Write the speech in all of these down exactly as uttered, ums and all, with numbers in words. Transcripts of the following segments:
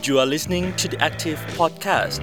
You are listening to the Active Podcast.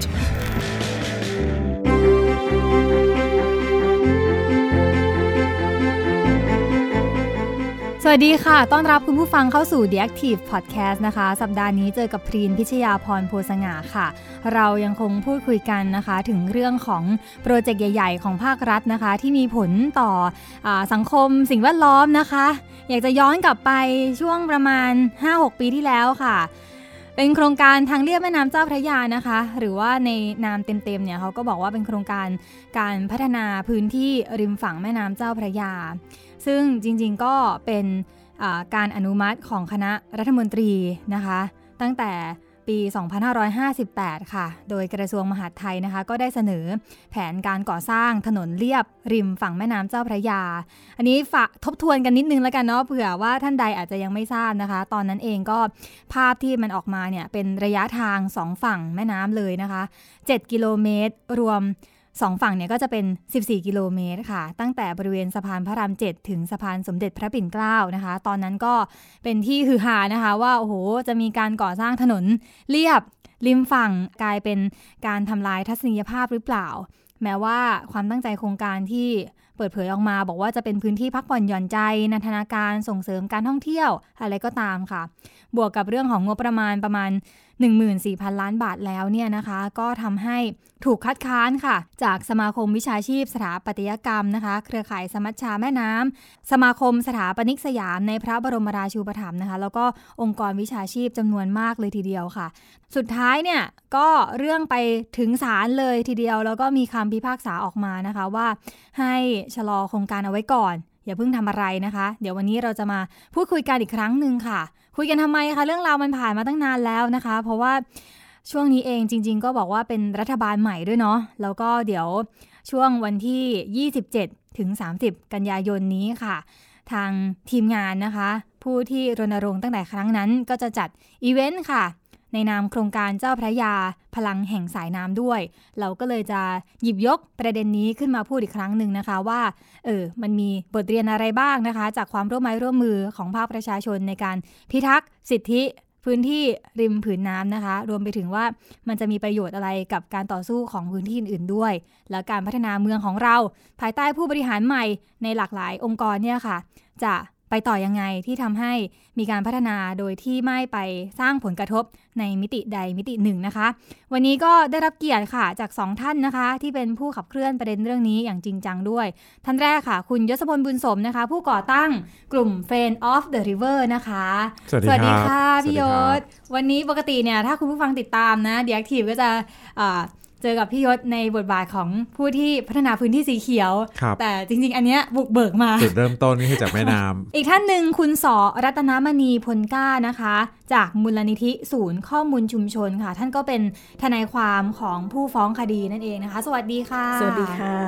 สวัสดีค่ะต้อนรับคุณผู้ฟังเข้าสู่ The Active Podcast นะคะสัปดาห์นี้เจอกับพรีนพิชยาพรโพสง่าค่ะเรายังคงพูดคุยกันนะคะถึงเรื่องของโปรเจกต์ใหญ่ๆของภาครัฐนะคะที่มีผลต่ออ่าสังคมสิ่งแวดล้อมนะคะอยากจะย้อนกลับไปช่วงประมาณ ห้าหก ปีที่แล้วค่ะเป็นโครงการทางเลียบแม่น้ำเจ้าพระยานะคะหรือว่าในนามเต็มๆเนี่ยเขาก็บอกว่าเป็นโครงการการพัฒนาพื้นที่ริมฝั่งแม่น้ำเจ้าพระยาซึ่งจริงๆก็เป็นการอนุมัติของคณะรัฐมนตรีนะคะตั้งแต่ปีสองพันห้าร้อยห้าสิบแปดค่ะโดยกระทรวงมหาดไทยนะคะก็ได้เสนอแผนการก่อสร้างถนนเลียบริมฝั่งแม่น้ำเจ้าพระยาอันนี้ฝากทบทวนกันนิดนึงแล้วกันเนาะเผื่อว่าท่านใดอาจจะยังไม่ทราบนะคะตอนนั้นเองก็ภาพที่มันออกมาเนี่ยเป็นระยะทางสองฝั่งแม่น้ำเลยนะคะเจ็ดกิโลเมตรรวมสองฝั่งเนี่ยก็จะเป็นสิบสี่กิโลเมตรค่ะตั้งแต่บริเวณสะพานพระรามเจ็ดถึงสะพานสมเด็จพระปิ่นเกล้านะคะตอนนั้นก็เป็นที่ฮือฮานะคะว่าโอ้โหจะมีการก่อสร้างถนนเลียบริมฝั่งกลายเป็นการทำลายทัศนียภาพหรือเปล่าแม้ว่าความตั้งใจโครงการที่เปิดเผยออกมาบอกว่าจะเป็นพื้นที่พักผ่อนหย่อนใจนันทนาการส่งเสริมการท่องเที่ยวอะไรก็ตามค่ะบวกกับเรื่องของงบประมาณประมาณ หนึ่งหมื่นสี่พัน ล้านบาทแล้วเนี่ยนะคะก็ทำให้ถูกคัดค้านค่ะจากสมาคมวิชาชีพสถาปัตยกรรมนะคะเครือข่ายสมัชชาแม่น้ำสมาคมสถาปนิกสยามในพระบรมราชูปถัมภ์นะคะแล้วก็องค์กรวิชาชีพจำนวนมากเลยทีเดียวค่ะสุดท้ายเนี่ยก็เรื่องไปถึงศาลเลยทีเดียวแล้วก็มีคำพิพากษาออกมานะคะว่าให้ชะลอโครงการเอาไว้ก่อนอย่าเพิ่งทำอะไรนะคะเดี๋ยววันนี้เราจะมาพูดคุยกันอีกครั้งหนึ่งค่ะคุยกันทำไมคะเรื่องราวมันผ่านมาตั้งนานแล้วนะคะเพราะว่าช่วงนี้เองจริงๆก็บอกว่าเป็นรัฐบาลใหม่ด้วยเนาะแล้วก็เดี๋ยวช่วงวันที่ยี่สิบเจ็ดถึงสามสิบกันยายนนี้ค่ะทางทีมงานนะคะผู้ที่รณรงค์ตั้งแต่ครั้งนั้นก็จะจัดอีเวนต์ค่ะในนามโครงการเจ้าพระยาพลังแห่งสายน้ำด้วยเราก็เลยจะหยิบยกประเด็นนี้ขึ้นมาพูดอีกครั้งหนึ่งนะคะว่าเออมันมีบทเรียนอะไรบ้างนะคะจากความร่วมไม้ร่วมมือของภาคประชาชนในการพิทักษ์สิทธิพื้นที่ริมผืนน้ำนะคะรวมไปถึงว่ามันจะมีประโยชน์อะไรกับการต่อสู้ของพื้นที่อื่นๆด้วยและการพัฒนาเมืองของเราภายใต้ผู้บริหารใหม่ในหลากหลายองค์กรเนี่ยค่ะจะไปต่อยังไงที่ทำให้มีการพัฒนาโดยที่ไม่ไปสร้างผลกระทบในมิติใดมิติหนึ่งนะคะวันนี้ก็ได้รับเกียรติค่ะจากสองท่านนะคะที่เป็นผู้ขับเคลื่อนประเด็นเรื่องนี้อย่างจริงจังด้วยท่านแรกค่ะคุณยศพลบุญสมนะคะผู้ก่อตั้งกลุ่ม Friends of the River นะคะสวัสดี, สวัสดีค่ะพี่ยศวันนี้ปกติเนี่ยถ้าคุณผู้ฟังติดตามนะ The Active ก็จะอ่าเจอกับพี่ยศในบทบาทของผู้ที่พัฒนาพื้นที่สีเขียวแต่จริงๆอันเนี้ยบุกเบิกมาจุดเริ่มต้นนี่คือจากแม่น้ำอีกท่านหนึ่งคุณสอรัตนมณีพลกล้านะคะจากมูลนิธิศูนย์ข้อมูลชุมชนค่ะท่านก็เป็นทนายความของผู้ฟ้องคดีนั่นเองนะคะสวัสดีค่ะสวัสดีค่ะ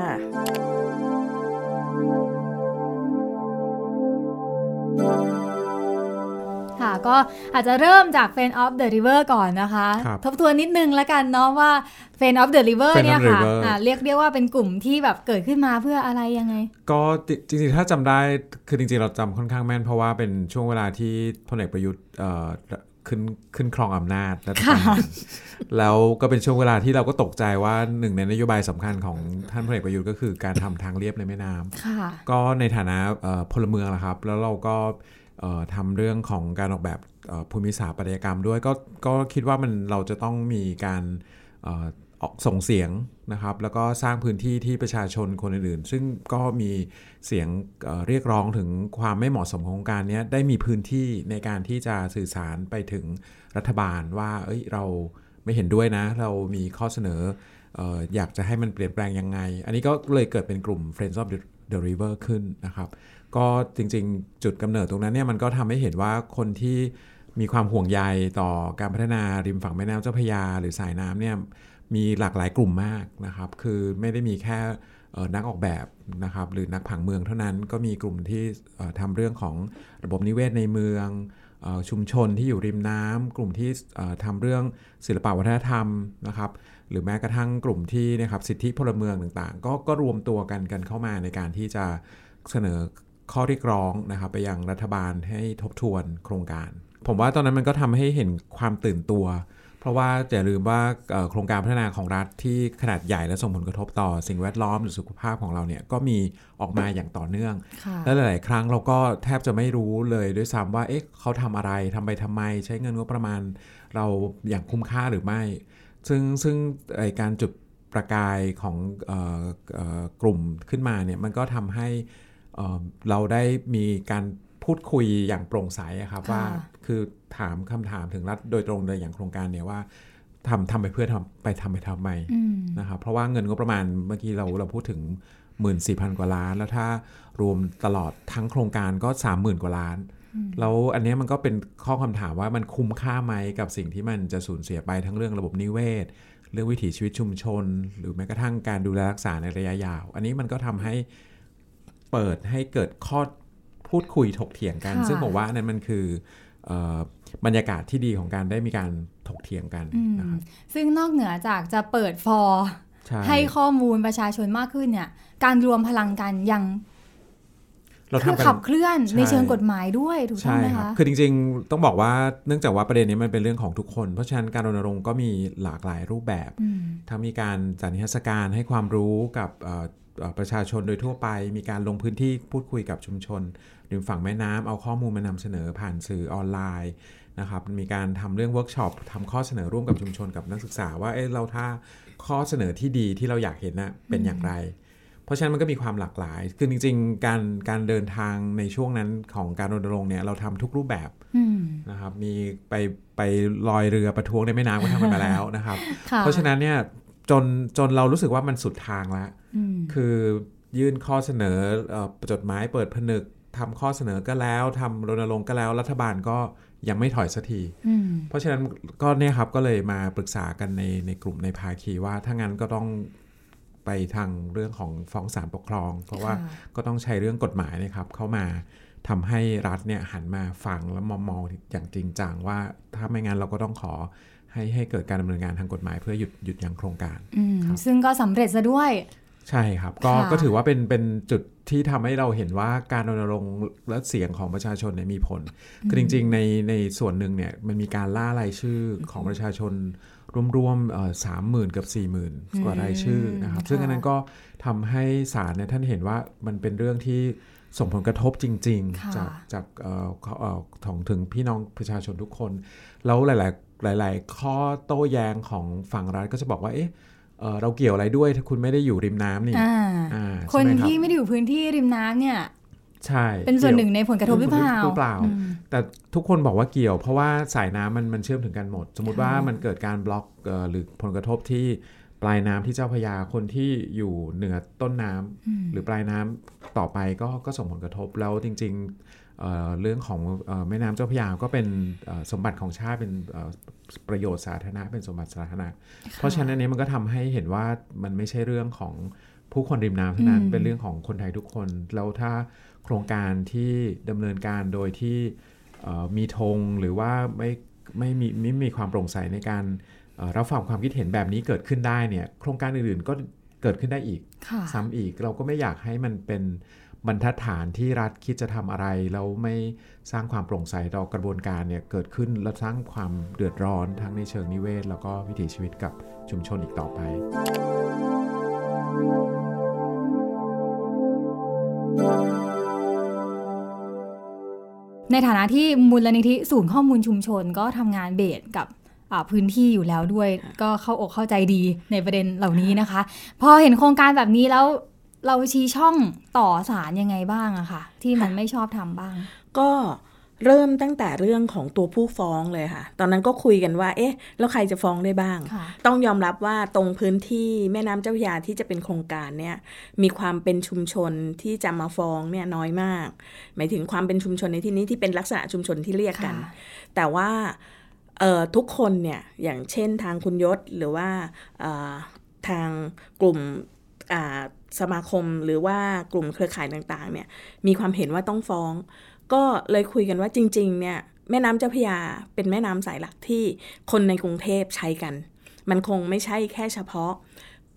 ค่ะก็อาจจะเริ่มจาก Friends of the River ก่อนนะคะทบทวนนิดนึงแล้วกันเนาะว่า Friends of the River เนี่ยค่ะอ่าเรียกเรียกว่าเป็นกลุ่มที่แบบเกิดขึ้นมาเพื่ออะไรยังไงก็จริงๆถ้าจำได้คือจริงๆเราจำค่อนข้างแม่นเพราะว่าเป็นช่วงเวลาที่พลเอกประยุทธ์เอ่อขึ้นขึ้นครองอำนาจรัฐบาลแล้วก็เป็นช่วงเวลาที่เราก็ตกใจว่าหนึ่งในนโยบายสำคัญของท่านพลเอกประยุทธ์ก็คือการทำทางเลียบในแม่น้ำก็ในฐานะพลเมืองละครับแล้วเราก็ทำเรื่องของการออกแบบภูมิสถาปัตยกรรมด้วยก็ก็คิดว่ามันเราจะต้องมีการส่งเสียงนะครับแล้วก็สร้างพื้นที่ที่ประชาชนคนอื่นๆซึ่งก็มีเสียงเรียกร้องถึงความไม่เหมาะสมของโครงการนี้ได้มีพื้นที่ในการที่จะสื่อสารไปถึงรัฐบาลว่าเอ้ยเราไม่เห็นด้วยนะเรามีข้อเสนอ เอ่ออยากจะให้มันเปลี่ยนแปลงยังไงอันนี้ก็เลยเกิดเป็นกลุ่ม Friends of the River ขึ้นนะครับก็จริงๆจุดกำเนิดตรงนั้นเนี่ยมันก็ทำให้เห็นว่าคนที่มีความห่วงใยต่อการพัฒนาริมฝั่งแม่น้ำเจ้าพระยาหรือสายน้ำเนี่ยมีหลากหลายกลุ่มมากนะครับคือไม่ได้มีแค่นักออกแบบนะครับหรือนักผังเมืองเท่านั้นก็มีกลุ่มที่ทำเรื่องของระบบนิเวศในเมืองชุมชนที่อยู่ริมน้ำกลุ่มที่ทำเรื่องศิลปวัฒนธรรมนะครับหรือแม้กระทั่งกลุ่มที่นะครับสิทธิพลเมืองต่างๆก็ก็รวมตัวกันกันเข้ามาในการที่จะเสนอข้อเรียกร้องนะครับไปยังรัฐบาลให้ทบทวนโครงการผมว่าตอนนั้นมันก็ทำให้เห็นความตื่นตัวเพราะว่าอย่าลืมว่าโครงการพัฒนาของรัฐที่ขนาดใหญ่และส่งผลกระทบต่อสิ่งแวดล้อมหรือสุขภาพของเราเนี่ยก็มีออกมาอย่างต่อเนื่องและหลายๆครั้งเราก็แทบจะไม่รู้เลยด้วยซ้ำว่าเอ๊ะเขาทำอะไรทำไปทำไมใช้เงินงบประมาณเราอย่างคุ้มค่าหรือไม่ซึ่งซึ่งการจุดประกายของเอ่อเอ่อกลุ่มขึ้นมาเนี่ยมันก็ทำให้เอ่อเราได้มีการพูดคุยอย่างโปร่งใสครับว่าคือถามคำถามถึงรัฐโดยตรงเลยอย่างโครงการเนี่ยว่าทำทำไปเพื่อทำไปทำไปทำไมนะครับเพราะว่าเงินงบประมาณเมื่อกี้เราเราพูดถึง หนึ่งหมื่นสี่พัน กว่าล้านแล้วถ้ารวมตลอดทั้งโครงการก็ สามหมื่น กว่าล้านแล้วอันนี้มันก็เป็นข้อคำถามว่ามันคุ้มค่าไหมกับสิ่งที่มันจะสูญเสียไปทั้งเรื่องระบบนิเวศเรื่องวิถีชีวิตชุมชนหรือแม้กระทั่งการดูแลรักษาในระยะยาวอันนี้มันก็ทำให้เปิดให้เกิดข้อพูดคุยถกเถียงกันซึ่งผมว่านั่นมันคือบรรยากาศที่ดีของการได้มีการถกเถียงกันนะครับซึ่งนอกเหนือจากจะเปิดฟอร์ให้ข้อมูลประชาชนมากขึ้นเนี่ยการรวมพลังกันยังคือขับเคลื่อนในเชิงกฎหมายด้วยถูกต้องไหมคะคือจริงๆต้องบอกว่าเนื่องจากว่าประเด็นนี้มันเป็นเรื่องของทุกคนเพราะฉะนั้นการรณรงค์ก็มีหลากหลายรูปแบบทั้งมีการจัดนิทรรศการให้ความรู้กับประชาชนโดยทั่วไปมีการลงพื้นที่พูดคุยกับชุมชนริมฝั่งแม่น้ำเอาข้อมูลมานำเสนอผ่านสื่อออนไลน์นะครับมีการทำเรื่องเวิร์กช็อปทำข้อเสนอร่วมกับชุมชนกับนักศึกษาว่าเอ๊ะเราถ้าข้อเสนอที่ดีที่เราอยากเห็นน่ะเป็นอย่างไรเพราะฉะนั้นมันก็มีความหลากหลายคือจริงๆการการเดินทางในช่วงนั้นของการรณรงค์เนี่ยเราทำทุกรูปแบบนะครับมีไปไปลอยเรือประท้วงในแม่น้ำก็ทำกันมาแล้วนะครับ เพราะฉะนั้นเนี่ยจนจนเรารู้สึกว่ามันสุดทางแล้วคือยื่นข้อเสนอจดหมายเปิดผนึกทำข้อเสนอก็แล้วทำรณรงค์ก็แล้วรัฐบาลก็ยังไม่ถอยสักทีเพราะฉะนั้นก็เนี่ยครับก็เลยมาปรึกษากันในในกลุ่มในภาคีว่าถ้างั้นก็ต้องไปทางเรื่องของฟ้องศาลปกครองเพราะว่าก็ต้องใช้เรื่องกฎหมายนะครับเข้ามาทำให้รัฐเนี่ยหันมาฟังและมองมองอย่างจริงจังว่าถ้าไม่งั้นเราก็ต้องขอให้ให้เกิดการดำเนินงานทางกฎหมายเพื่อหยุดหยุดยั้งโครงการซึ่งก็สำเร็จซะด้วยใช่ครับก็ก็ถือว่าเป็นเป็นจุดที่ทำให้เราเห็นว่าการรณรงค์และเสียงของประชาชนเนี่ยมีผลคือจริงๆในในส่วนหนึ่งเนี่ยมันมีการล่ารายชื่อของประชาชนรวมๆสามหมื่นกับสี่หมื่นกว่ารายชื่อนะครับซึ่งอันนั้นก็ทำให้ศาลเนี่ยท่านเห็นว่ามันเป็นเรื่องที่ส่งผลกระทบจริงๆจากจากเอ่อเอ่อของถึงพี่น้องประชาชนทุกคนแล้วหลายๆหลายๆข้อโต้แย้งของฝั่งรัฐก็จะบอกว่าเอ๊ะเอ่อเราเกี่ยวอะไรด้วยถ้าคุณไม่ได้อยู่ริมน้ำนี่คนที่ไม่ได้อยู่พื้นที่ริมน้ำเนี่ยใช่เป็นส่วนหนึ่งในผลกระทบหรือเปล่าหรือเปล่าแต่ทุกคนบอกว่าเกี่ยวเพราะว่าสายน้ำมันมันเชื่อมถึงกันหมดสมมุติว่ามันเกิดการบล็อกหรือผลกระทบที่ปลายน้ำที่เจ้าพระยาคนที่อยู่เหนือต้นน้ำหรือปลายน้ำต่อไปก็ก็ส่งผลกระทบแล้วจริงๆ เอ่อ เรื่องของเอ่อแม่น้ำเจ้าพระยาก็เป็นสมบัติของชาติเป็นประโยชน์สาธารณะเป็นสมบัติสาธารณะเพราะฉะนั้นอันนี้มันก็ทำให้เห็นว่ามันไม่ใช่เรื่องของผู้คนริมน้ำเท่านั้นเป็นเรื่องของคนไทยทุกคนแล้วถ้าโครงการที่ดำเนินการโดยที่มีธงหรือว่าไม่ไม่มีไม่มีความโปร่งใสในการรับฟังความคิดเห็นแบบนี้เกิดขึ้นได้เนี่ยโครงการอื่นๆก็เกิดขึ้นได้อีกซ้ำอีกเราก็ไม่อยากให้มันเป็นบรรทัดฐานที่รัฐคิดจะทำอะไรแล้วไม่สร้างความโปร่งใสต่อกระบวนการเนี่ยเกิดขึ้นและสร้างความเดือดร้อนทั้งในเชิงนิเวศแล้วก็วิถีชีวิตกับชุมชนอีกต่อไปในฐานะที่มูลนิธิศูนย์ข้อมูลชุมชนก็ทำงานเบสกับพื้นที่อยู่แล้วด้วยก็เข้าอกเข้าใจดีในประเด็นเหล่านี้นะคะพอเห็นโครงการแบบนี้แล้วเราชี้ช่องต่อศาลยังไงบ้างอะค่ะที่มันไม่ชอบทำบ้างก็เริ่มตั้งแต่เรื่องของตัวผู้ฟ้องเลยค่ะตอนนั้นก็คุยกันว่าเอ๊ะแล้วใครจะฟ้องได้บ้างต้องยอมรับว่าตรงพื้นที่แม่น้ำเจ้าพระยาที่จะเป็นโครงการเนี่ยมีความเป็นชุมชนที่จะมาฟ้องเนี่ยน้อยมากหมายถึงความเป็นชุมชนในที่นี้ที่เป็นลักษณะชุมชนที่เรียกกันแต่ว่าทุกคนเนี่ยอย่างเช่นทางคุณยศหรือว่าทางกลุ่มสมาคมหรือว่ากลุ่มเครือข่ายต่างๆเนี่ยมีความเห็นว่าต้องฟ้องก็เลยคุยกันว่าจริงๆเนี่ยแม่น้ำเจ้าพระยาเป็นแม่น้ำสายหลักที่คนในกรุงเทพใช้กันมันคงไม่ใช่แค่เฉพาะ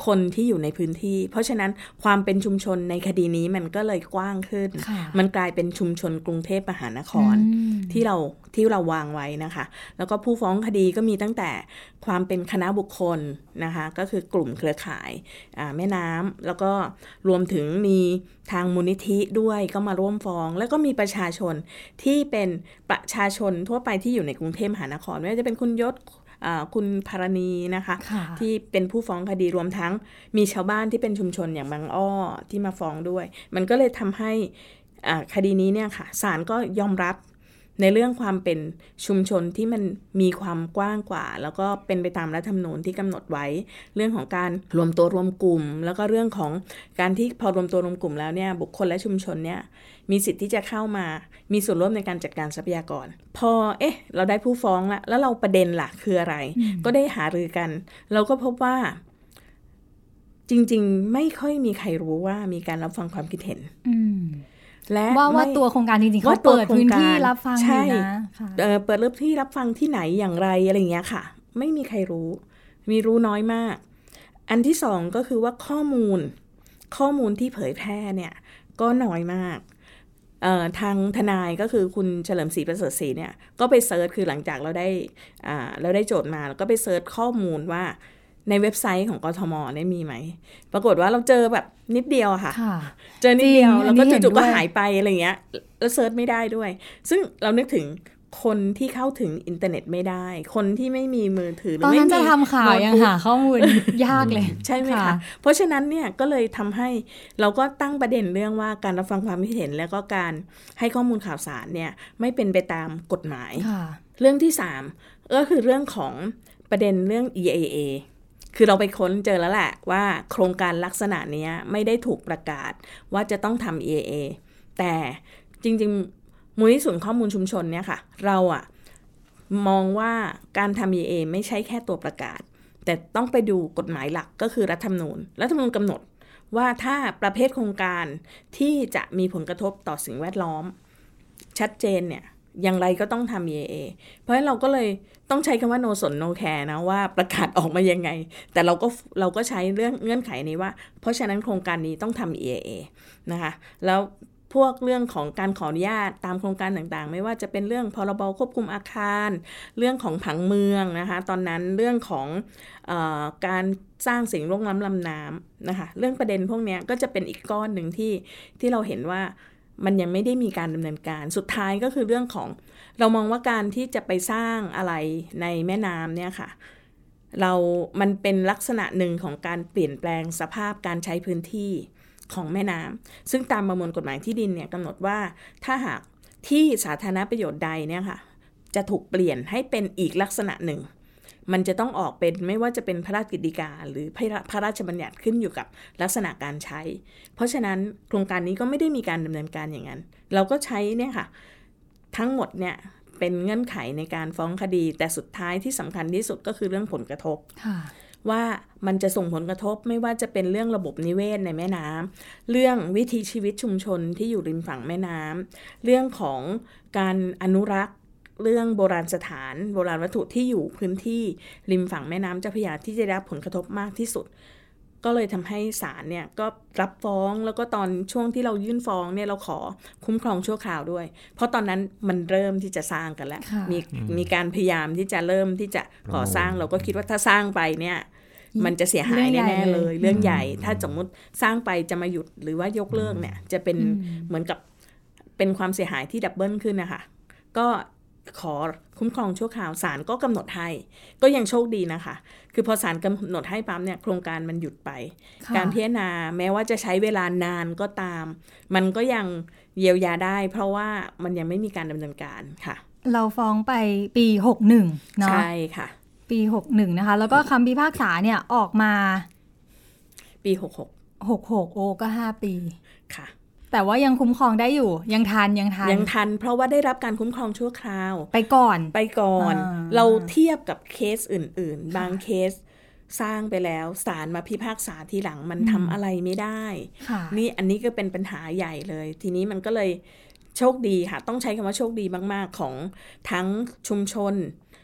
คนที่อยู่ในพื้นที่เพราะฉะนั้นความเป็นชุมชนในคดีนี้มันก็เลยกว้างขึ้นมันกลายเป็นชุมชนกรุงเทพมหานครที่เราที่เราวางไว้นะคะแล้วก็ผู้ฟ้องคดีก็มีตั้งแต่ความเป็นคณะบุคคลนะคะก็คือกลุ่มเครือข่ายแม่น้ำแล้วก็รวมถึงมีทางมูลนิธิด้วยก็มาร่วมฟ้องแล้วก็มีประชาชนที่เป็นประชาชนทั่วไปที่อยู่ในกรุงเทพมหานครไม่ว่าจะเป็นคุณยศคุณภารณีนะคะที่เป็นผู้ฟ้องคดีรวมทั้งมีชาวบ้านที่เป็นชุมชนอย่างบางอ้อที่มาฟ้องด้วยมันก็เลยทำให้คดีนี้เนี่ยค่ะศาลก็ยอมรับในเรื่องความเป็นชุมชนที่มันมีความกว้างกว่าแล้วก็เป็นไปตามรัฐธรรมนูญที่กำหนดไว้เรื่องของการรวมตัวรวมกลุ่มแล้วก็เรื่องของการที่พอรวมตัวรวมกลุ่มแล้วเนี่ยบุคคลและชุมชนเนี่ยมีสิทธิ์ที่จะเข้ามามีส่วนร่วมในการจัดการทรัพยากรพอเอ๊ะเราได้ผู้ฟ้องแล้วแล้วเราประเด็นล่ะคืออะไรก็ได้หารือกันเราก็พบว่าจริงๆไม่ค่อยมีใครรู้ว่ามีการรับฟังความคิดเห็นและว่าว่าตัวโครงการจริงๆเขาเปิดพื้นที่รับฟังอยู่นะเปิดเริ่มที่รับฟังที่ไหนอย่างไรอะไรอย่างเงี้ยค่ะไม่มีใครรู้มีรู้น้อยมากอันที่สองก็คือว่าข้อมูลข้อมูลที่เผยแพร่เนี่ยก็น้อยมากทางทนายก็คือคุณเฉลิมศรีประเสริฐศรีเนี่ยก็ไปเซิร์ชคือหลังจากเราได้เราได้โจทย์มาแล้วก็ไปเซิร์ชข้อมูลว่าในเว็บไซต์ของกทมเนี่ยมีไหมปรากฏว่าเราเจอแบบนิดเดียวค่ะเจอนิดเดียวแล้วก็จู่ๆก็หายไปอะไรเงี้ยแล้วเซิร์ชไม่ได้ด้วยซึ่งเรานึกถึงคนที่เข้าถึงอินเทอร์เน็ตไม่ได้คนที่ไม่มีมือถือหรือไม่มีตอนนั้นจะทำข่าวยังหาข้อมูลยากเลยใช่ไหมคะเพราะฉะนั้นเนี่ยก็เลยทำให้เราก็ตั้งประเด็นเรื่องว่าการรับฟังความคิดเห็นแล้วก็การให้ข้อมูลข่าวสารเนี่ยไม่เป็นไปตามกฎหมายเรื่องที่สามก็คือเรื่องของประเด็นเรื่อง อี เอ เอคือเราไปค้นเจอแล้วแหละว่าโครงการลักษณะนี้ไม่ได้ถูกประกาศว่าจะต้องทำ อี เอ เอ แต่จริงๆมูลนิธิศูนย์ข้อมูลชุมชนเนี่ยค่ะเราอะมองว่าการทำ อี เอ เอ ไม่ใช่แค่ตัวประกาศแต่ต้องไปดูกฎหมายหลักก็คือรัฐธรรมนูญรัฐธรรมนูญกำหนดว่าถ้าประเภทโครงการที่จะมีผลกระทบต่อสิ่งแวดล้อมชัดเจนเนี่ยอย่างไรก็ต้องทำ อี เอ เอ เพราะฉะนั้นเราก็เลยต้องใช้คำว่า no สน no care นะว่าประกาศออกมายังไงแต่เราก็เราก็ใช้เรื่องเงื่อนไขนี้ว่าเพราะฉะนั้นโครงการนี้ต้องทำ อี เอ เอ นะคะแล้วพวกเรื่องของการขออนุญาตตามโครงการต่างๆไม่ว่าจะเป็นเรื่องพรบควบคุมอาคารเรื่องของผังเมืองนะคะตอนนั้นเรื่องของเอ่อการสร้างสิ่งร่วงล้ำลำน้ำนะคะเรื่องประเด็นพวกนี้ก็จะเป็นอีกก้อนหนึ่งที่ที่เราเห็นว่ามันยังไม่ได้มีการดำเนินการสุดท้ายก็คือเรื่องของเรามองว่าการที่จะไปสร้างอะไรในแม่น้ำเนี่ยค่ะเรามันเป็นลักษณะหนึ่งของการเปลี่ยนแปลงสภาพการใช้พื้นที่ของแม่น้ำซึ่งตามประมวลกฎหมายที่ดินเนี่ยกำหนดว่าถ้าหากที่สาธารณประโยชน์ใดเนี่ยค่ะจะถูกเปลี่ยนให้เป็นอีกลักษณะหนึ่งมันจะต้องออกเป็นไม่ว่าจะเป็นพระราชกฤษฎีกาหรือพระราชบัญญัติขึ้นอยู่กับลักษณะการใช้เพราะฉะนั้นโครงการนี้ก็ไม่ได้มีการดำเนินการอย่างนั้นเราก็ใช้เนี่ยค่ะทั้งหมดเนี่ยเป็นเงื่อนไขในการฟ้องคดีแต่สุดท้ายที่สำคัญที่สุดก็คือเรื่องผลกระทบว่ามันจะส่งผลกระทบไม่ว่าจะเป็นเรื่องระบบนิเวศในแม่น้ำเรื่องวิถีชีวิตชุมชนที่อยู่ริมฝั่งแม่น้ำเรื่องของการอนุรักษ์เรื่องโบราณสถานโบราณวัตถุที่อยู่พื้นที่ริมฝั่งแม่น้ำเจ้าพระยาที่จะได้รับผลกระทบมากที่สุดก็เลยทำให้ศาลเนี่ยก็รับฟ้องแล้วก็ตอนช่วงที่เรายื่นฟ้องเนี่ยเราขอคุ้มครองชั่วคราวด้วยเพราะตอนนั้นมันเริ่มที่จะสร้างกันแล้วมีมีการพยายามที่จะเริ่มที่จะก่อสร้างเราก็คิดว่าถ้าสร้างไปเนี่ยมันจะเสียหายแน่ๆเลยเรื่องใหญ่ถ้าสมมติสร้างไปจะมาหยุดหรือว่ายกเลิกเนี่ยจะเป็นเหมือนกับเป็นความเสียหายที่ดับเบิลขึ้นนะคะก็ขอคุ้มครองชั่วคราวศาลก็กำหนดให้ก็ยังโชคดีนะคะคือพอศาลกำหนดให้ปั๊มเนี่ยโครงการมันหยุดไปการพิจารณาแม้ว่าจะใช้เวลานานก็ตามมันก็ยังเยียวยาได้เพราะว่ามันยังไม่มีการดำเนินการค่ะเราฟ้องไปปีหกสิบเอ็ดเนาะใช่ค่ะปีหกสิบเอ็ดนะคะแล้วก็คำพิพากษาเนี่ยออกมาปีหกสิบหกหกสิบหกโอ้ก็ห้าปีค่ะแต่ว่ายังคุ้มครองได้อยู่ยังทันยังทันยังทันเพราะว่าได้รับการคุ้มครองชั่วคราวไปก่อนไปก่อนเราเทียบกับเคสอื่นๆบางเคสสร้างไปแล้วศาลมาพิพากษาทีหลังมันทำอะไรไม่ได้นี่อันนี้ก็เป็นปัญหาใหญ่เลยทีนี้มันก็เลยโชคดีค่ะต้องใช้คำว่าโชคดีมากๆของทั้งชุมชน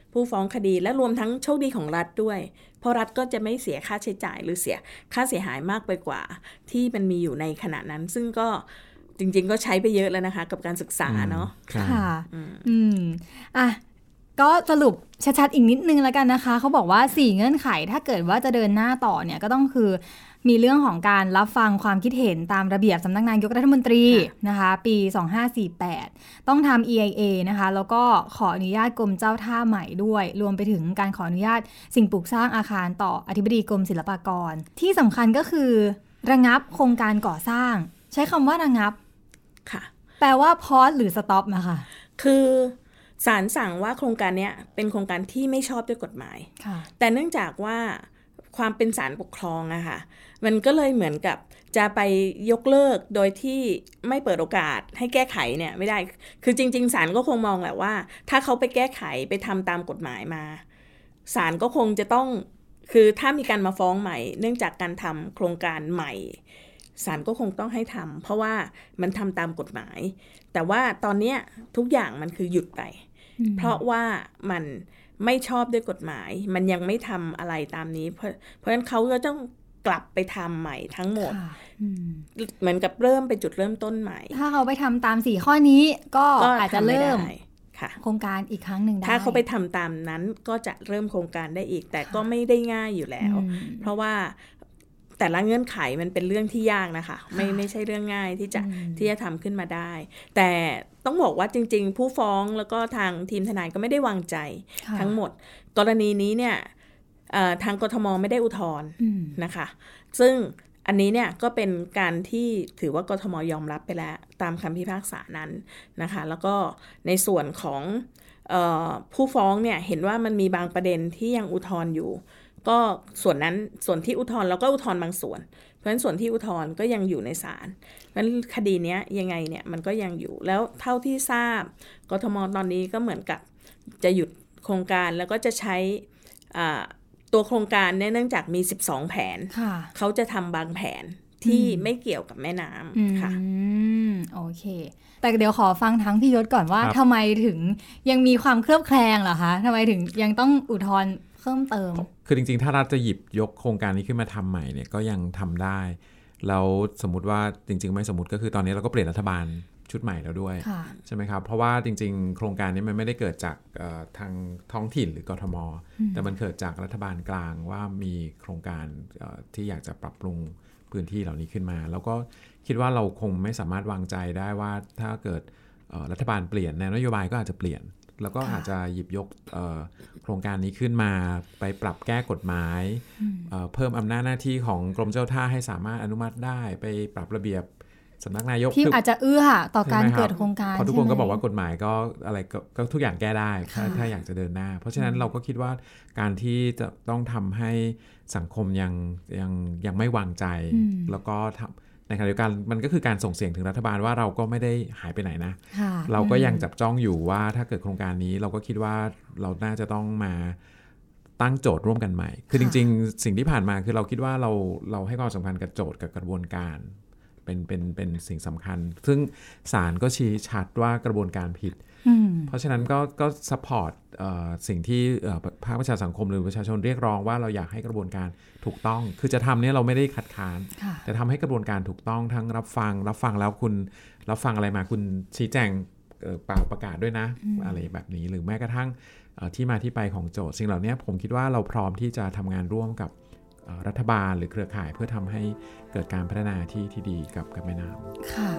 ผู้ฟ้องคดีและรวมทั้งโชคดีของรัฐด้วยเพราะรัฐก็จะไม่เสียค่าใช้จ่ายหรือเสียค่าเสียหายมากไปกว่าที่มันมีอยู่ในขณะนั้นซึ่งก็จริงๆก็ใช้ไปเยอะแล้วนะคะกับการศึกษาเนาะค่ะอืมอ่ะก็สรุปชัดๆอีกนิดนึงแล้วกันนะคะเขาบอกว่าสี่เงื่อนไขถ้าเกิดว่าจะเดินหน้าต่อเนี่ยก็ต้องคือมีเรื่องของการรับฟังความคิดเห็นตามระเบียบสำนักนายกรัฐมนตรีนะคะปีสองพันห้าร้อยสี่สิบแปดต้องทำ อี ไอ เอ นะคะแล้วก็ขออนุญาตกรมเจ้าท่าใหม่ด้วยรวมไปถึงการขออนุญาตสิ่งปลูกสร้างอาคารต่ออธิบดีกรมศิลปากรที่สำคัญก็คือระงับโครงการก่อสร้างใช้คำว่าระงับค่ะแปลว่าพอสหรือสต็อปนะคะคือศาลสั่งว่าโครงการนี้เป็นโครงการที่ไม่ชอบด้วยกฎหมายแต่เนื่องจากว่าความเป็นศาลปกครองอะค่ะมันก็เลยเหมือนกับจะไปยกเลิกโดยที่ไม่เปิดโอกาสให้แก้ไขเนี่ยไม่ได้คือจริงๆศาลก็คงมองแหละว่าถ้าเขาไปแก้ไขไปทำตามกฎหมายมาศาลก็คงจะต้องคือถ้ามีการมาฟ้องใหม่เนื่องจากการทำโครงการใหม่ศาลก็คงต้องให้ทำเพราะว่ามันทำตามกฎหมายแต่ว่าตอนนี้ทุกอย่างมันคือหยุดไปเพราะว่ามันไม่ชอบด้วยกฎหมายมันยังไม่ทำอะไรตามนี้เพราะเพราะฉะนั้นเขาก็ต้องกลับไปทำใหม่ทั้งหมดเหมือนกับเริ่มไปจุดเริ่มต้นใหม่ถ้าเขาไปทำตามสี่ข้อนี้ก็อาจจะเริ่มโครงการอีกครั้งหนึ่งได้ถ้าเขาไปทำตามนั้นก็จะเริ่มโครงการได้อีกแต่ก็ไม่ได้ง่ายอยู่แล้วเพราะว่าแต่ละเงื่อนไขมันเป็นเรื่องที่ยากนะคะไม่ไม่ใช่เรื่องง่ายที่จะที่จะทำขึ้นมาได้แต่ต้องบอกว่าจริงๆผู้ฟ้องแล้วก็ทางทีมทนายก็ไม่ได้วางใจทั้งหมดกรณีนี้เนี่ยทางกทมไม่ได้อุทธรณ์นะคะซึ่งอันนี้เนี่ยก็เป็นการที่ถือว่ากทมยอมรับไปแล้วตามคำพิพากษานั้นนะคะแล้วก็ในส่วนของเอ่อผู้ฟ้องเนี่ยเห็นว่ามันมีบางประเด็นที่ยังอุทธรณ์อยู่ก็ส่วนนั้นส่วนที่อุทธรณ์เราก็อุทธรณ์บางส่วนเพราะฉะนั้นส่วนที่อุทธรณ์ก็ยังอยู่ในศาลเพราะฉะนั้นคดีนี้ยังไงเนี่ยมันก็ยังอยู่แล้วเท่าที่ทราบกทมตอนนี้ก็เหมือนกับจะหยุดโครงการแล้วก็จะใช้ตัวโครงการเนี่ยเนื่องจากมีสิบสองแผนเขาจะทำบางแผนที่ไม่เกี่ยวกับแม่น้ำค่ะโอเคแต่เดี๋ยวขอฟังทั้งพี่ยศก่อนว่าทำไมถึงยังมีความเคลือบแคลงเหรอคะทำไมถึงยังต้องอุทธรณ์เพิ่มเติมคือจริงๆถ้ารัฐจะหยิบยกโครงการนี้ขึ้นมาทำใหม่เนี่ยก็ยังทำได้แล้วสมมติว่าจริงๆไม่สมมติก็คือตอนนี้เราก็เปลี่ยนรัฐบาลชุดใหม่แล้วด้วยใช่ไหมครับเพราะว่าจริงๆโครงการนี้มันไม่ได้เกิดจากทางท้องถิ่นหรือกทมแต่มันเกิดจากรัฐบาลกลางว่ามีโครงการที่อยากจะปรับปรุงพื้นที่เหล่านี้ขึ้นมาแล้วก็คิดว่าเราคงไม่สามารถวางใจได้ว่าถ้าเกิดรัฐบาลเปลี่ยนแนวนโยบายก็อาจจะเปลี่ยนแล้วก็อาจจะหยิบยกโครงการนี้ขึ้นมาไปปรับแก้กฎหมายเพิ่มอำนาจหน้าที่ของกรมเจ้าท่าให้สามารถอนุมัติได้ไปปรับระเบียบสำนักนายกที่อาจจะเอื้อต่อการเกิดโครงการเพราะทุกคนก็บอกว่ากฎหมายก็อะไรก็ทุกอย่างแก้ได้ถ้าถ้าอยากจะเดินหน้าเพราะฉะนั้นเราก็คิดว่าการที่จะต้องทำให้สังคมยังยังยังไม่วางใจแล้วก็ทำในขณะเดียวกันมันก็คือการส่งเสียงถึงรัฐบาลว่าเราก็ไม่ได้หายไปไหนนะเราก็ยังจับจ้องอยู่ว่าถ้าเกิดโครงการนี้เราก็คิดว่าเราน่าจะต้องมาตั้งโจทย์ร่วมกันใหม่คือจริงๆสิ่งที่ผ่านมาคือเราคิดว่าเราเราให้ความสำคัญกับโจทย์กับกระบวนการเป็นเป็นเป็นสิ่งสำคัญซึ่งศาลก็ชี้ชัดว่ากระบวนการผิดเพราะฉะนั้นก็ก็ซัพพอร์ตสิ่งที่ภาคประชาสังคมหรือประชาชนเรียกร้องว่าเราอยากให้กระบวนการถูกต้องคือจะทำเนี่ยเราไม่ได้คัดค้านแต่ทำให้กระบวนการถูกต้องทั้งรับฟังรับฟังแล้วคุณรับฟังอะไรมาคุณชี้แจงเปล่าประกาศด้วยนะอะไรแบบนี้หรือแม้กระทั่งที่มาที่ไปของโจทย์สิ่งเหล่านี้ผมคิดว่าเราพร้อมที่จะทำงานร่วมกับรัฐบาลหรือเครือข่ายเพื่อทำให้เกิดการพัฒนาที่ที่ดีกับกับแม่น้ำค่ะ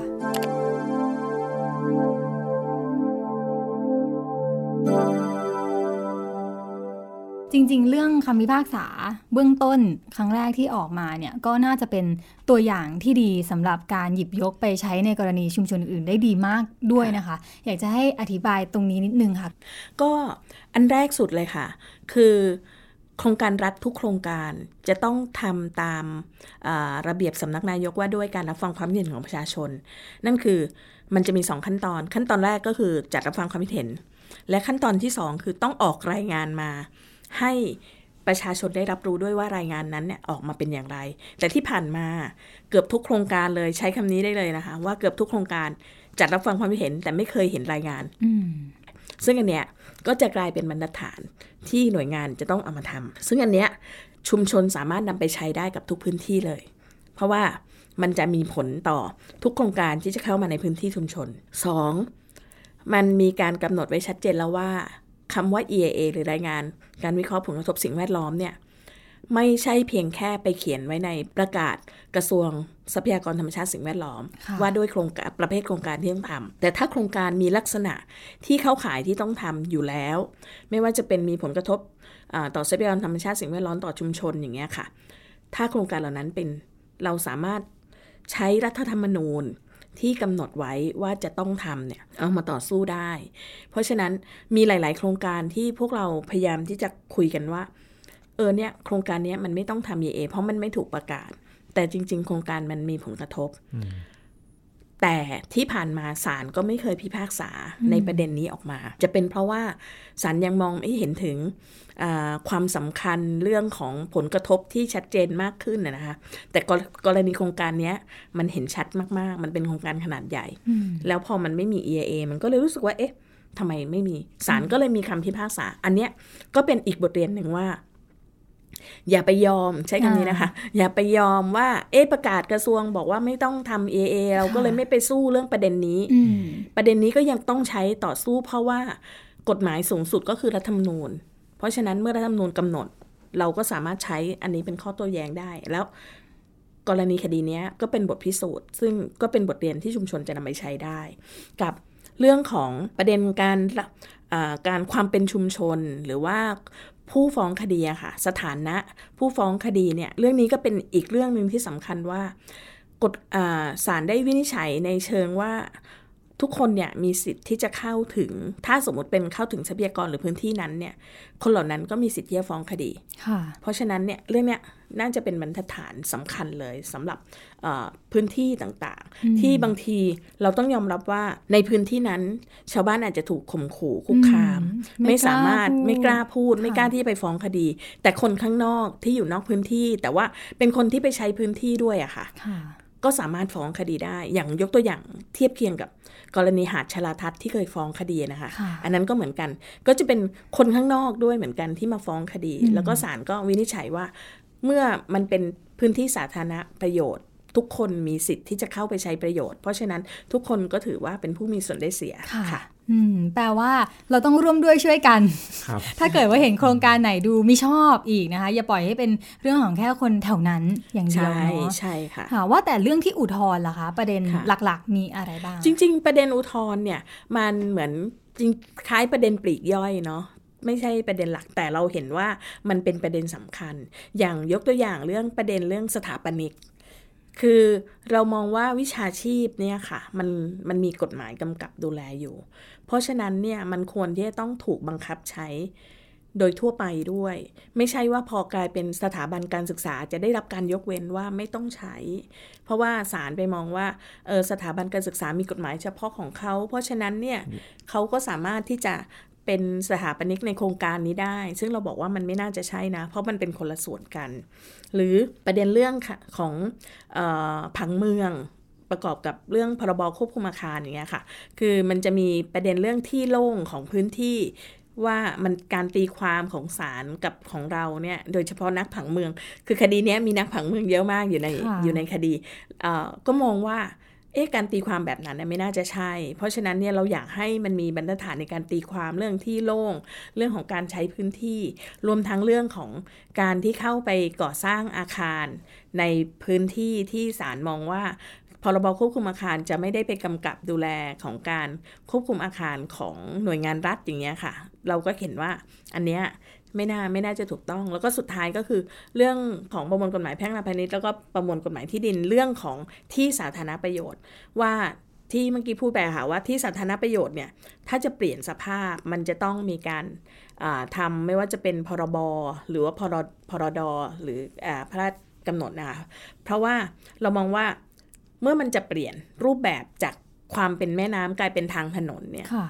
จริงๆเรื่องคำพิพากษาเบื้องต้นครั้งแรกที่ออกมาเนี่ยก็น่าจะเป็นตัวอย่างที่ดีสำหรับการหยิบยกไปใช้ในกรณีชุมชนอื่นได้ดีมากด้วยนะคะอยากจะให้อธิบายตรงนี้นิดนึงค่ะก็อันแรกสุดเลยค่ะคือโครงการรัฐทุกโครงการจะต้องทำตามระเบียบสำนักนายกว่าด้วยการรับฟังความเห็นของประชาชนนั่นคือมันจะมีสองขั้นตอนขั้นตอนแรกก็คือจัดรับฟังความเห็นและขั้นตอนที่สองคือต้องออกรายงานมาให้ประชาชนได้รับรู้ด้วยว่ารายงานนั้นเนี่ยออกมาเป็นอย่างไรแต่ที่ผ่านมาเกือบทุกโครงการเลยใช้คำนี้ได้เลยนะคะว่าเกือบทุกโครงการจัดรับฟังความเห็นแต่ไม่เคยเห็นรายงานซึ่งอันเนี้ยก็จะกลายเป็นบรรทัดฐานที่หน่วยงานจะต้องเอามาทำซึ่งอันเนี้ยชุมชนสามารถนำไปใช้ได้กับทุกพื้นที่เลยเพราะว่ามันจะมีผลต่อทุกโครงการที่จะเข้ามาในพื้นที่ชุมชนสองมันมีการกำหนดไว้ชัดเจนแล้วว่าคำว่า อี เอ เอ หรือรายงานการวิเคราะห์ผลกระทบสิ่งแวดล้อมเนี่ยไม่ใช่เพียงแค่ไปเขียนไว้ในประกาศกระทรวงทรัพยากรธรรมชาติสิ่งแวดล้อมว่าด้วยโครงการประเภทโครงการที่ต้องทำแต่ถ้าโครงการมีลักษณะที่เข้าข่ายที่ต้องทำอยู่แล้วไม่ว่าจะเป็นมีผลกระทบต่อทรัพยากรธรรมชาติสิ่งแวดล้อมต่อชุมชนอย่างเงี้ยค่ะถ้าโครงการเหล่านั้นเป็นเราสามารถใช้รัฐธรรมนูญที่กำหนดไว้ว่าจะต้องทำเนี่ยเอามาต่อสู้ได้เพราะฉะนั้นมีหลายๆโครงการที่พวกเราพยายามที่จะคุยกันว่าเออเนี่ยโครงการนี้มันไม่ต้องทำ อี เอ เอ เพราะมันไม่ถูกประกาศแต่จริงๆโครงการมันมีผลกระทบแต่ที่ผ่านมาศาลก็ไม่เคยพิพากษาในประเด็นนี้ออกมาจะเป็นเพราะว่าศาลยังมองไม่เห็นถึงความสำคัญเรื่องของผลกระทบที่ชัดเจนมากขึ้นนะคะแต่กรณีโครงการนี้มันเห็นชัดมากๆมันเป็นโครงการขนาดใหญ่แล้วพอมันไม่มี อี เอ เอ มันก็เลยรู้สึกว่าเอ๊ะทำไมไม่มีศาลก็เลยมีคำพิพากษาอันเนี้ยก็เป็นอีกบทเรียนหนึ่งว่าอย่าไปยอมใช้คำนี้นะคะอย่าไปยอมว่าเอ๊ะประกาศกระทรวงบอกว่าไม่ต้องทำ อี เอ เอ เราก็เลยไม่ไปสู้เรื่องประเด็นนี้ประเด็นนี้ก็ยังต้องใช้ต่อสู้เพราะว่ากฎหมายสูงสุดก็คือรัฐธรรมนูญเพราะฉะนั้นเมื่อรัฐธรรมนูญกำหนดเราก็สามารถใช้อันนี้เป็นข้อโต้แย้งได้แล้วกรณีคดีนี้ก็เป็นบทพิสูจน์ซึ่งก็เป็นบทเรียนที่ชุมชนจะนำไปใช้ได้กับเรื่องของประเด็นการการความเป็นชุมชนหรือว่าผู้ฟ้องคดีอะค่ะสถานะผู้ฟ้องคดีเนี่ยเรื่องนี้ก็เป็นอีกเรื่องนึงที่สำคัญว่ากฎศาลได้วินิจฉัยในเชิงว่าทุกคนเนี่ยมีสิทธิ์ที่จะเข้าถึงถ้าสมมติเป็นเข้าถึงทรัพยากรหรือพื้นที่นั้นเนี่ยคนเหล่านั้นก็มีสิทธิ์ที่จะฟ้องคดีเพราะฉะนั้นเนี่ยเรื่องเนี้ยน่าจะเป็นบรรทัดฐานสำคัญเลยสำหรับพื้นที่ต่างๆที่บางทีเราต้องยอมรับว่าในพื้นที่นั้นชาวบ้านอาจจะถูกข่มขู่คุกคามไม่สามารถไม่กล้าพูดไม่กล้าที่ไปฟ้องคดีแต่คนข้างนอกที่อยู่นอกพื้นที่แต่ว่าเป็นคนที่ไปใช้พื้นที่ด้วยอะค่ะก็สามารถฟ้องคดีได้อย่างยกตัวอย่างเทียบเคียงกับกรณีหาดชลาทัศน์ที่เคยฟ้องคดีนะคะอันนั้นก็เหมือนกันก็จะเป็นคนข้างนอกด้วยเหมือนกันที่มาฟ้องคดีแล้วก็ศาลก็วินิจฉัยว่าเมื่อมันเป็นพื้นที่สาธารณประโยชน์ทุกคนมีสิทธิ์ที่จะเข้าไปใช้ประโยชน์เพราะฉะนั้นทุกคนก็ถือว่าเป็นผู้มีส่วนได้เสียค่ะอืมแปลว่าเราต้องร่วมด้วยช่วยกันถ้าเกิดว่าเห็นโครงการไหนดูไม่ชอบอีกนะคะอย่าปล่อยให้เป็นเรื่องของแค่คนแถวนั้นอย่างเดียวเนาะใช่ค่ะว่าแต่เรื่องที่อุทธรณ์ล่ะคะประเด็นหลักๆมีอะไรบ้างจริงๆประเด็นอุทธรณ์เนี่ยมันเหมือนจริงคล้ายประเด็นปลีกย่อยเนาะไม่ใช่ประเด็นหลักแต่เราเห็นว่ามันเป็นประเด็นสำคัญอย่างยกตัวอย่างเรื่องประเด็นเรื่องสถาปนิกคือเรามองว่าวิชาชีพเนี่ยค่ะมันมันมีกฎหมายกำกับดูแลอยู่เพราะฉะนั้นเนี่ยมันควรที่จะต้องถูกบังคับใช้โดยทั่วไปด้วยไม่ใช่ว่าพอกลายเป็นสถาบันการศึกษาจะได้รับการยกเว้นว่าไม่ต้องใช้เพราะว่าศาลไปมองว่าเออสถาบันการศึกษามีกฎหมายเฉพาะของเขาเพราะฉะนั้นเนี่ยเขาก็สามารถที่จะเป็นสถาปนิกในโครงการนี้ได้ซึ่งเราบอกว่ามันไม่น่าจะใช่นะเพราะมันเป็นคนละส่วนกันหรือประเด็นเรื่องของเอ่อผังเมืองประกอบกับเรื่องพรบควบคุมอาคารอย่างเงี้ยค่ะคือมันจะมีประเด็นเรื่องที่โล่งของพื้นที่ว่ามันการตีความของศาลกับของเราเนี่ยโดยเฉพาะนักผังเมืองคือคดีนี้มีนักผังเมืองเยอะมากอยู่ในอยู่ในคดีเอ่อก็มองว่าเอ๊ะการตีความแบบนั้นเนี่ยไม่น่าจะใช่เพราะฉะนั้นเนี่ยเราอยากให้มันมีบรรทัดฐานในการตีความเรื่องที่โล่งเรื่องของการใช้พื้นที่รวมทั้งเรื่องของการที่เข้าไปก่อสร้างอาคารในพื้นที่ที่ศาลมองว่าพรบควบคุมอาคารจะไม่ได้ไปกำกับดูแลของการควบคุมอาคารของหน่วยงานรัฐอย่างเงี้ยค่ะเราก็เห็นว่าอันเนี้ยไม่น่าไม่น่าจะถูกต้องแล้วก็สุดท้ายก็คือเรื่องของประมวลกฎหมายแพ่งและพาณิชย์แล้วก็ประมวลกฎหมายที่ดินเรื่องของที่สาธารณประโยชน์ว่าที่เมื่อกี้พูดไปค่ะว่าที่สาธารณประโยชน์เนี่ยถ้าจะเปลี่ยนสภาพมันจะต้องมีการทำไม่ว่าจะเป็นพรบหรือว่าพรพรดหรือพระราชกำหนดนะคะเพราะว่าเรามองว่าเมื่อมันจะเปลี่ยนรูปแบบจากความเป็นแม่น้ำกลายเป็นทางถนนเนี่ย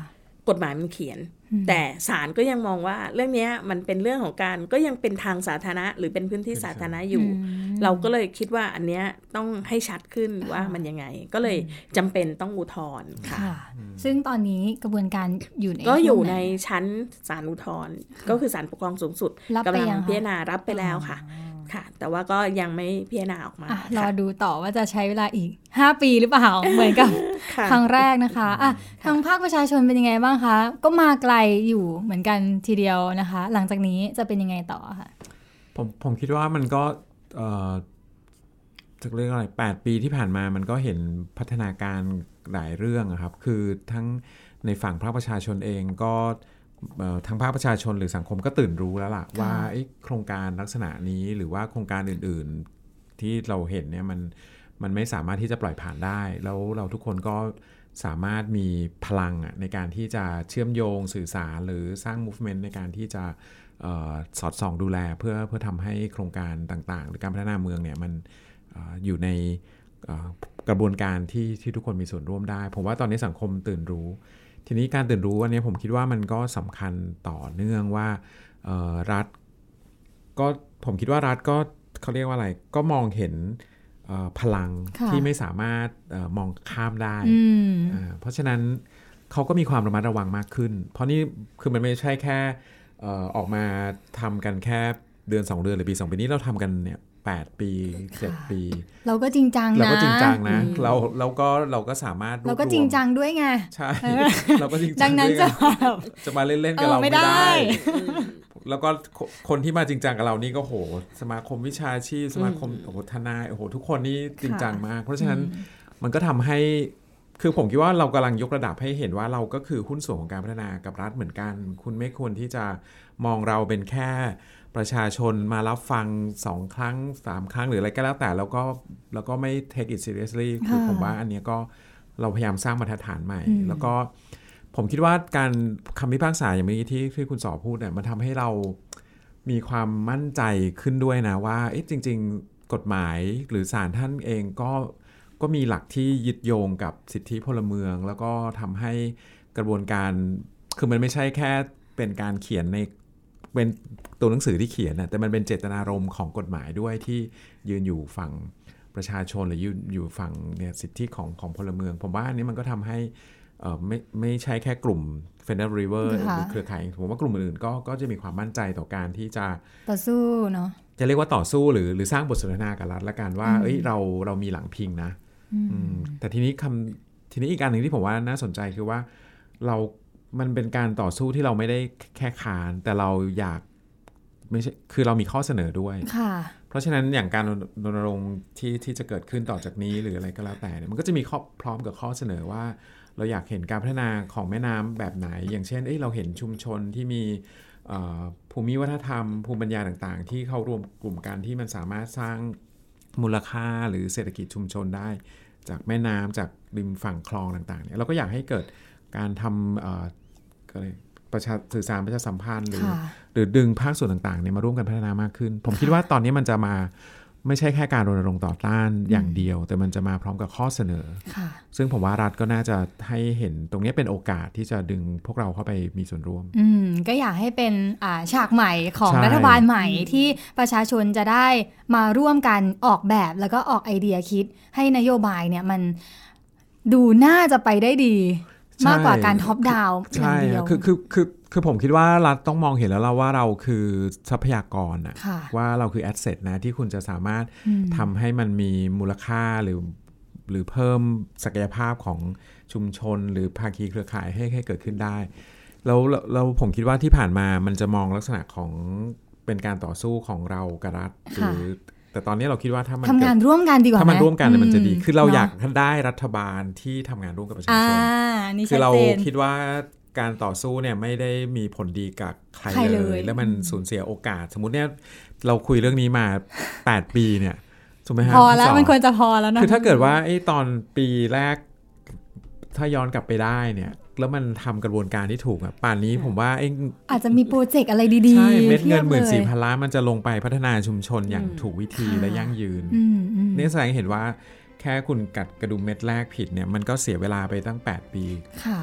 กฎหมายมันเขียนแต่ศาลก็ยังมองว่าเรื่องนี้มันเป็นเรื่องของการก็ยังเป็นทางสาธารณะหรือเป็นพื้นที่สาธารณะอยู่เราก็เลยคิดว่าอันเนี้ยต้องให้ชัดขึ้นว่ามันยังไงก็เลยจำเป็นต้องอุทธรณ์ค่ะซึ่งตอนนี้กระบวนการอยู่ในก็อยู่ในชั้นศาลอุทธรณ์ก็คือศาลปกครองสูงสุดกำลังพิจารณารับไปแล้วค่ะค่ะแต่ว่าก็ยังไม่พิจารณาออกมารอดูต่อว่าจะใช้เวลาอีกห้าปีหรือเปล่า เหมือนกับครั้งแรกนะคะอ่ะทางภาคประชาชนเป็นยังไงบ้างคะก็มาไกลอยู่เหมือนกันทีเดียวนะคะหลังจากนี้จะเป็นยังไงต่อคะผมผมคิดว่ามันก็เอ่อจะเรียกอะไรแปดปีที่ผ่านมามันก็เห็นพัฒนาการหลายเรื่องครับคือทั้งในฝั่งภาคประชาชนเองก็ทางภาคประชาชนหรือสังคมก็ตื่นรู้แล้วล่ะว่าโครงการลักษณะนี้หรือว่าโครงการอื่นๆที่เราเห็นเนี่ยมันมันไม่สามารถที่จะปล่อยผ่านได้แล้วเราทุกคนก็สามารถมีพลังในการที่จะเชื่อมโยงสื่อสารหรือสร้าง movement ในการที่จะออสอดส่องดูแลเพื่อเพื่อทำให้โครงการต่างๆหรือการพัฒนาเมืองเนี่ยมัน อ, อยู่ในกระบวนการที่ที่ทุกคนมีส่วนร่วมได้ผมว่าตอนนี้สังคมตื่นรู้ทีนี้การตื่นรู้อันนี้ผมคิดว่ามันก็สำคัญต่อเนื่องว่ารัฐก็ผมคิดว่ารัฐก็เขาเรียกว่าอะไรก็มองเห็นพลังที่ไม่สามารถมองข้ามได้เพราะฉะนั้นเขาก็มีความระมัดระวังมากขึ้นเพราะนี่คือมันไม่ใช่แค่ออกมาทำกันแค่เดือนสองเดือนหรือปีสองปีนี้เราทำกันเนี่ยแปดปีเจ็ดปีเราก็จริงจังนะเราก็จริงจังนะเราเราก็เราก็สามารถเราก็จริงจังด้วยไงใช่เราก็จริงจังดังนั้นจะจะมาเล่นๆกับเราไม่ได้แล้วก็คนที่มาจริงจังกับเรานี่ก็โหสมาคมวิชาชีพสมาคมโอ้โหทนายโอ้โหทุกคนนี่จริงจังมากเพราะฉะนั้นมันก็ทำให้คือผมคิดว่าเรากำลังยกระดับให้เห็นว่าเราก็คือหุ้นส่วนของการพัฒนากับรัฐเหมือนกันคุณไม่ควรที่จะมองเราเป็นแค่ประชาชนมารับฟังสองครั้งสามครั้งหรืออะไรก็แล้วแต่แล้วก็แล้วก็ไม่ take it seriously คือผมว่าอันนี้ก็เราพยายามสร้างมาตรฐานใหม่แล้วก็ผมคิดว่าการคำพิพากษาอย่างเมื่อกี้ที่ที่คุณสอพูดเนี่ยมันทำให้เรามีความมั่นใจขึ้นด้วยนะว่าเอ๊ะจริงๆกฎหมายหรือศาลท่านเองก็ก็มีหลักที่ยึดโยงกับสิทธิพลเมืองแล้วก็ทำให้กระบวนการคือมันไม่ใช่แค่เป็นการเขียนในเป็นตัวหนังสือที่เขียนนะแต่มันเป็นเจตนารมณ์ของกฎหมายด้วยที่ยืนอยู่ฝั่งประชาชนหรือยืนอยู่ฝั่งเนี่ยสิทธิของของพลเมืองผมว่าอันนี้มันก็ทำให้เอ่อไม่ไม่ใช่แค่กลุ่ม Federal River หรือเครือข่ายผมว่ากลุ่มอื่นๆก็ก็จะมีความมั่นใจต่อการที่จะต่อสู้เนาะจะเรียกว่าต่อสู้หรือหรือสร้างบทสนทนากับรัฐละกันว่าเอ้ยเราเรามีหลังพิงนะแต่ทีนี้คำทีนี้อีกอันหนึ่งที่ผมว่าน่าสนใจคือว่าเรามันเป็นการต่อสู้ที่เราไม่ได้แค่ค้านแต่เราอยากไม่ใช่คือเรามีข้อเสนอด้วยเพราะฉะนั้นอย่างการรณรงค์ที่ที่จะเกิดขึ้นต่อจากนี้หรืออะไรก็แล้วแต่เนี่ยมันก็จะมีข้อพร้อมกับข้อเสนอว่าเราอยากเห็นการพัฒนาของแม่น้ำแบบไหนอย่างเช่นเอ้ยเราเห็นชุมชนที่มีภูมิวัฒนธรรมภูมิปัญญาต่างๆที่เข้ารวมกลุ่มกันที่มันสามารถสร้างมูลค่าหรือเศรษฐกิจชุมชนได้จากแม่น้ำจากริมฝั่งคลองต่างๆเนี่ยเราก็อยากให้เกิดการทำประชาสื่อสารประชาสัมพันธ์หรือหรือดึงภาคส่วนต่างๆเนี่ยมาร่วมกันพัฒนามากขึ้นผมคิดว่าตอนนี้มันจะมาไม่ใช่แค่การรณรงค์ต่อต้านอย่างเดียวแต่มันจะมาพร้อมกับข้อเสนอซึ่งผมว่ารัฐก็น่าจะให้เห็นตรงนี้เป็นโอกาสที่จะดึงพวกเราเข้าไปมีส่วนร่วมอืมก็อยากให้เป็นอ่าฉากใหม่ของรัฐบาลใหม่ที่ประชาชนจะได้มาร่วมกันออกแบบแล้วก็ออกไอเดียคิดให้นโยบายเนี่ยมันดูน่าจะไปได้ดีมากกว่าการท็อปดาวน์อย่างเดียวคือคือคือคือผมคิดว่ารัฐต้องมองเห็นแล้วเราว่าเราคือทรัพยากรนะว่าเราคือแอสเซทนะที่คุณจะสามารถทำให้มันมีมูลค่าหรือหรือเพิ่มศักยภาพของชุมชนหรือภาคีเครือข่ายให้ให้เกิดขึ้นได้แล้วแล้วผมคิดว่าที่ผ่านมามันจะมองลักษณะของเป็นการต่อสู้ของเรากับรัฐหรือแต่ตอนนี้เราคิดว่าถ้ามันทำงานร่วมกันดีกว่าถ้ามันร่วมกันมันจะดีคือเราอยากได้รัฐบาลที่ทำงานร่วมกับประชาชนคือเราคิดว่าการต่อสู้เนี่ยไม่ได้มีผลดีกับใครเลยแล้วมันสูญเสียโอกาสสมมุติเนี่ยเราคุยเรื่องนี้มาแปดปีเนี่ยถูกไหมฮะพอแล้วมันควรจะพอแล้วนะคือถ้าเกิดว่าไอ้ตอนปีแรกถ้าย้อนกลับไปได้เนี่ยแล้วมันทำกระบวนการที่ถูกอ่ะป่านนี้ผมว่าไอ้อาจจะมีโปรเจกต์อะไรดีๆใช่เม็ดเงิน หนึ่งหมื่นสี่พัน ล้านมันจะลงไปพัฒนาชุมชนอย่างถูกวิธีและยั่งยืนนี่แสดงเห็นว่าแค่คุณกัดกระดุมเม็ดแรกผิดเนี่ยมันก็เสียเวลาไปตั้งแปดปีค่ะ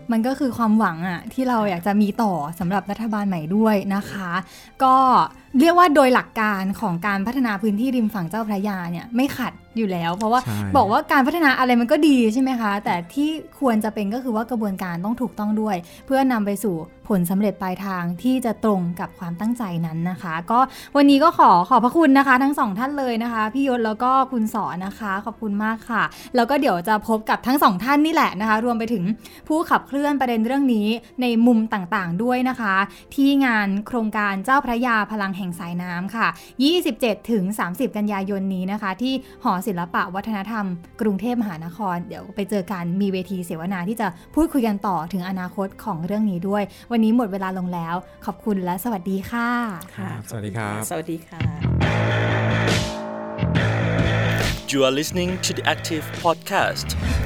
มันก็คือความหวังอะที่เราอยากจะมีต่อสำหรับรัฐบาลใหม่ด้วยนะคะก็เรียกว่าโดยหลักการของการพัฒนาพื้นที่ริมฝั่งเจ้าพระยาเนี่ยไม่ขัดอยู่แล้วเพราะว่าบอกว่าการพัฒนาอะไรมันก็ดีใช่ไหมคะแต่ที่ควรจะเป็นก็คือว่ากระบวนการต้องถูกต้องด้วยเพื่อนำไปสู่ผลสำเร็จปลายทางที่จะตรงกับความตั้งใจนั้นนะคะก็วันนี้ก็ขอขอบพระคุณนะคะทั้งสองท่านเลยนะคะพี่ยศแล้วก็คุณสอนนะคะขอบคุณมากค่ะแล้วก็เดี๋ยวจะพบกับทั้งสองท่านนี่แหละนะคะรวมไปถึงผู้ขับเคลื่อนประเด็นเรื่องนี้ในมุมต่างๆด้วยนะคะที่งานโครงการเจ้าพระยาพลังแห่งสายน้ำค่ะ ยี่สิบเจ็ดถึงสามสิบ กันยายนนี้นะคะที่หอศิลปะวัฒนธรรมกรุงเทพมหานครเดี๋ยวไปเจอกันมีเวทีเสวนาที่จะพูดคุยกันต่อถึงอนาคตของเรื่องนี้ด้วยวันนี้หมดเวลาลงแล้วขอบคุณและสวัสดีค่ะค่ะสวัสดีครับสวัสดีค่ะ You are listening to the Active Podcast